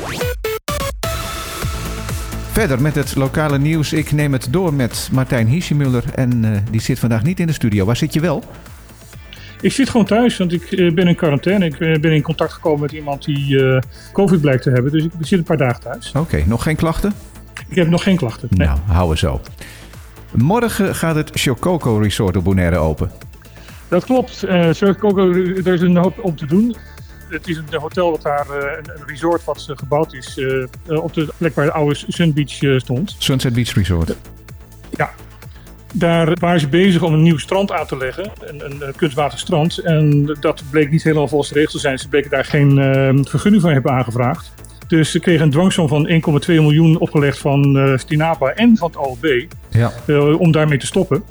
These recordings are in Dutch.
Verder met het lokale nieuws. Ik neem het door met Martijn Hiesemuller en die zit vandaag niet in de studio. Waar zit je wel? Ik zit gewoon thuis, want ik ben in quarantaine. Ik ben in contact gekomen met iemand die COVID blijkt te hebben. Dus ik zit een paar dagen thuis. Oké, nog geen klachten? Ik heb nog geen klachten. Nee. Nou, houden zo. Morgen gaat het Shokoko Resort op Bonaire open. Dat klopt. Shokoko, er is een hoop om te doen. Het is een hotel dat daar, een resort wat gebouwd is op de plek waar de oude Sun Beach stond. Sunset Beach Resort. Ja. Daar waren ze bezig om een nieuw strand aan te leggen, een kunstwaterstrand. En dat bleek niet helemaal volgens de regels te zijn. Ze bleken daar geen vergunning voor hebben aangevraagd. Dus ze kregen een dwangsom van 1,2 miljoen opgelegd van Stinapa en van het OLB om daarmee te stoppen.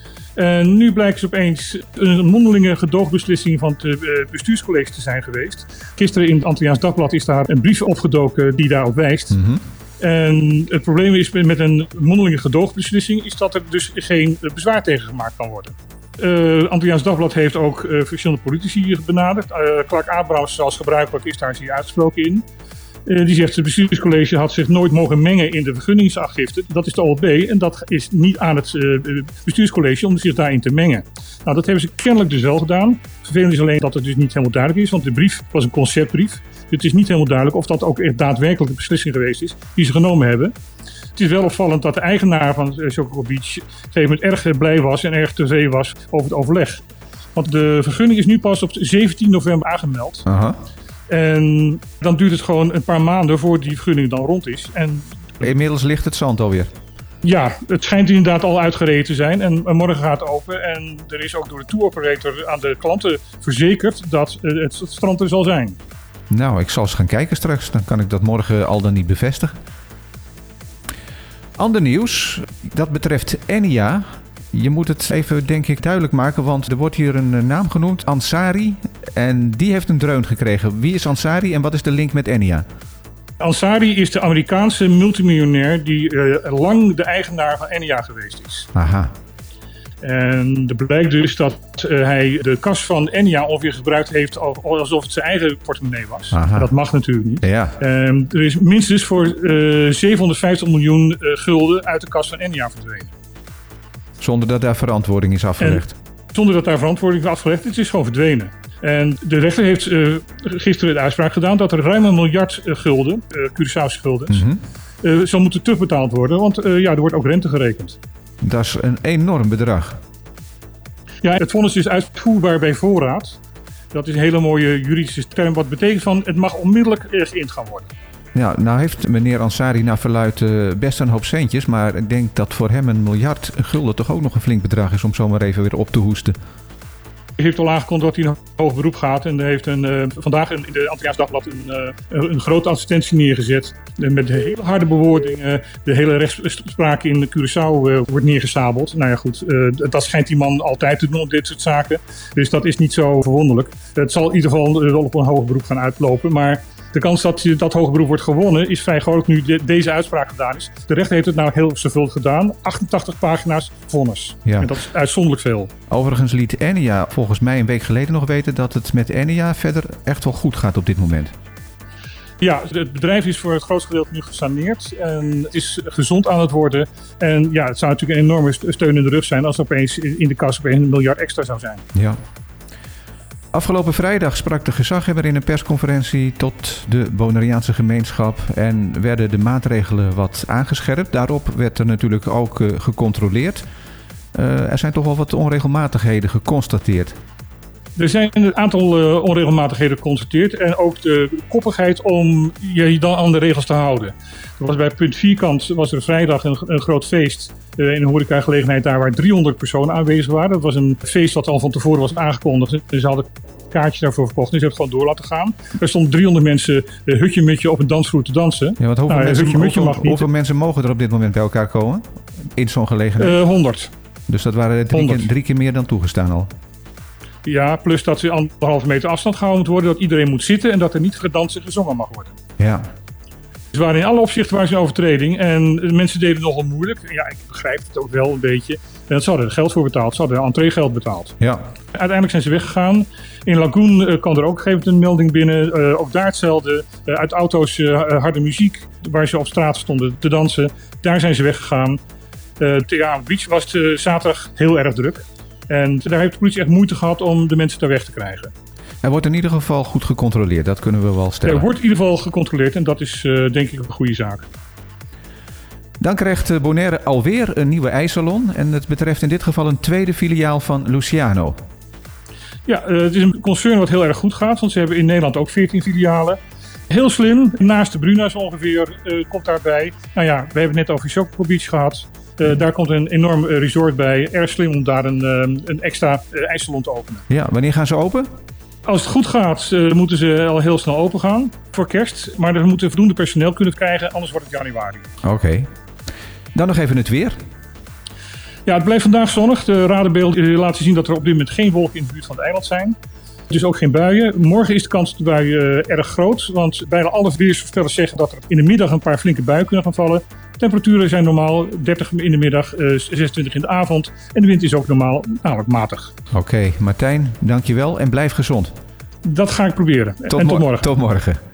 En nu blijkt dus opeens een mondelinge gedoogbeslissing van het bestuurscollege te zijn geweest. Gisteren in het Antilliaans Dagblad is daar een brief opgedoken die daarop wijst. Mm-hmm. En het probleem is met een mondelinge gedoogbeslissing is dat er dus geen bezwaar tegen gemaakt kan worden. Antilliaans Dagblad heeft ook verschillende politici benaderd. Clark Abrams, zoals gebruikelijk, is daar zeer uitgesproken in. Die zegt het bestuurscollege had zich nooit mogen mengen in de vergunningsaangifte. Dat is de OLB en dat is niet aan het bestuurscollege om zich daarin te mengen. Nou, dat hebben ze kennelijk dus wel gedaan. Vervelend is alleen dat het dus niet helemaal duidelijk is, want de brief was een conceptbrief. Het is niet helemaal duidelijk of dat ook echt daadwerkelijk de beslissing geweest is die ze genomen hebben. Het is wel opvallend dat de eigenaar van Shokoko Beach op een gegeven moment erg blij was en erg tevreden was over het overleg. Want de vergunning is nu pas op 17 november aangemeld. Aha. En dan duurt het gewoon een paar maanden voordat die vergunning dan rond is. En inmiddels ligt het zand alweer. Ja, het schijnt inderdaad al uitgereden te zijn. En morgen gaat het open. En er is ook door de tour operator aan de klanten verzekerd dat het strand er zal zijn. Nou, ik zal eens gaan kijken straks. Dan kan ik dat morgen al dan niet bevestigen. Ander nieuws, dat betreft Enya. Je moet het even, denk ik, duidelijk maken, want er wordt hier een naam genoemd, Ansari. En die heeft een dreun gekregen. Wie is Ansari en wat is de link met Enya? Ansari is de Amerikaanse multimiljonair die lang de eigenaar van Enya geweest is. Aha. En er blijkt dus dat hij de kas van Enya ongeveer gebruikt heeft alsof het zijn eigen portemonnee was. Aha. Dat mag natuurlijk niet. Ja. Er is minstens voor 750 miljoen gulden uit de kas van Enya verdwenen. Zonder dat daar verantwoording is afgelegd? Zonder dat daar verantwoording is afgelegd. Het is gewoon verdwenen. En de rechter heeft gisteren de uitspraak gedaan dat er ruim 1 miljard gulden, Curaçaose guldens, zal moeten terugbetaald worden. Want er wordt ook rente gerekend. Dat is een enorm bedrag. Ja, het vonnis is uitvoerbaar bij voorraad. Dat is een hele mooie juridische term. Wat betekent van het mag onmiddellijk geïnd gaan worden. Ja, nou heeft meneer Ansari naar verluidt best een hoop centjes. Maar ik denk dat voor hem 1 miljard gulden toch ook nog een flink bedrag is om zomaar even weer op te hoesten. Hij heeft al aangekondigd dat hij een hoog beroep gaat. En hij heeft vandaag in de Antilliaans Dagblad een grote advertentie neergezet. Met hele harde bewoordingen. De hele rechtspraak in Curaçao wordt neergesabeld. Nou ja, goed. Dat schijnt die man altijd te doen op dit soort zaken. Dus dat is niet zo verwonderlijk. Het zal in ieder geval wel op een hoog beroep gaan uitlopen. Maar de kans dat dat hoge beroep wordt gewonnen is vrij groot nu deze uitspraak gedaan is. De rechter heeft het nou heel zorgvuldig gedaan. 88 pagina's vonnis. Ja. En dat is uitzonderlijk veel. Overigens liet Enya volgens mij een week geleden nog weten dat het met Enya verder echt wel goed gaat op dit moment. Ja, het bedrijf is voor het grootste gedeelte nu gesaneerd. En het is gezond aan het worden. En ja, het zou natuurlijk een enorme steun in de rug zijn als er opeens in de kas opeens 1 miljard extra zou zijn. Ja. Afgelopen vrijdag sprak de gezaghebber in een persconferentie tot de Bonaireaanse gemeenschap en werden de maatregelen wat aangescherpt. Daarop werd er natuurlijk ook gecontroleerd. Er zijn toch wel wat onregelmatigheden geconstateerd. Er zijn een aantal onregelmatigheden geconstateerd en ook de koppigheid om je dan aan de regels te houden. Er was bij Punt Vierkant was er vrijdag een groot feest in een horecagelegenheid daar waar 300 personen aanwezig waren. Dat was een feest wat al van tevoren was aangekondigd. Ze hadden kaartjes daarvoor verkocht en ze hebben het gewoon door laten gaan. Er stonden 300 mensen hutje-mutje op een dansvloer te dansen. Ja, want hoeveel mensen mogen er op dit moment bij elkaar komen in zo'n gelegenheid? 100. Dus dat waren drie keer meer dan toegestaan al. Ja, plus dat ze 1,5 meter afstand gehouden moet worden, dat iedereen moet zitten en dat er niet gedanst en gezongen mag worden. Ja. Ze waren in alle opzichten een overtreding en de mensen deden het nogal moeilijk. Ja, ik begrijp het ook wel een beetje. En ze hadden er geld voor betaald, ze hadden entreegeld betaald. Ja. Uiteindelijk zijn ze weggegaan. In Lagoon kwam er ook op een gegeven moment een melding binnen. Ook daar hetzelfde. Uit auto's harde muziek, waar ze op straat stonden te dansen. Daar zijn ze weggegaan. Tehran Beach was het zaterdag heel erg druk. En daar heeft de politie echt moeite gehad om de mensen daar weg te krijgen. Er wordt in ieder geval goed gecontroleerd, dat kunnen we wel stellen. Er wordt in ieder geval gecontroleerd en dat is denk ik een goede zaak. Dan krijgt Bonaire alweer een nieuwe ijssalon. En het betreft in dit geval een tweede filiaal van Luciano. Ja, het is een concern wat heel erg goed gaat. Want ze hebben in Nederland ook 14 filialen. Heel slim, naast de Bruna's ongeveer komt daarbij. Nou ja, we hebben het net over Chocobo Beach gehad. Daar komt een enorm resort bij. Erg slim om daar een extra ijssalon te openen. Ja, wanneer gaan ze open? Als het goed gaat, moeten ze al heel snel open gaan voor kerst. Maar we moeten voldoende personeel kunnen krijgen, anders wordt het januari. Oké. Dan nog even het weer. Ja, het blijft vandaag zonnig. De radarbeelden laten zien dat er op dit moment geen wolken in de buurt van het eiland zijn. Dus ook geen buien. Morgen is de kans op de buien erg groot. Want bijna alle weersvoorspellers zeggen dat er in de middag een paar flinke buien kunnen gaan vallen. Temperaturen zijn normaal 30 in de middag, 26 in de avond. En de wind is ook normaal, namelijk matig. Oké, Martijn, dankjewel en blijf gezond. Dat ga ik proberen. Tot morgen.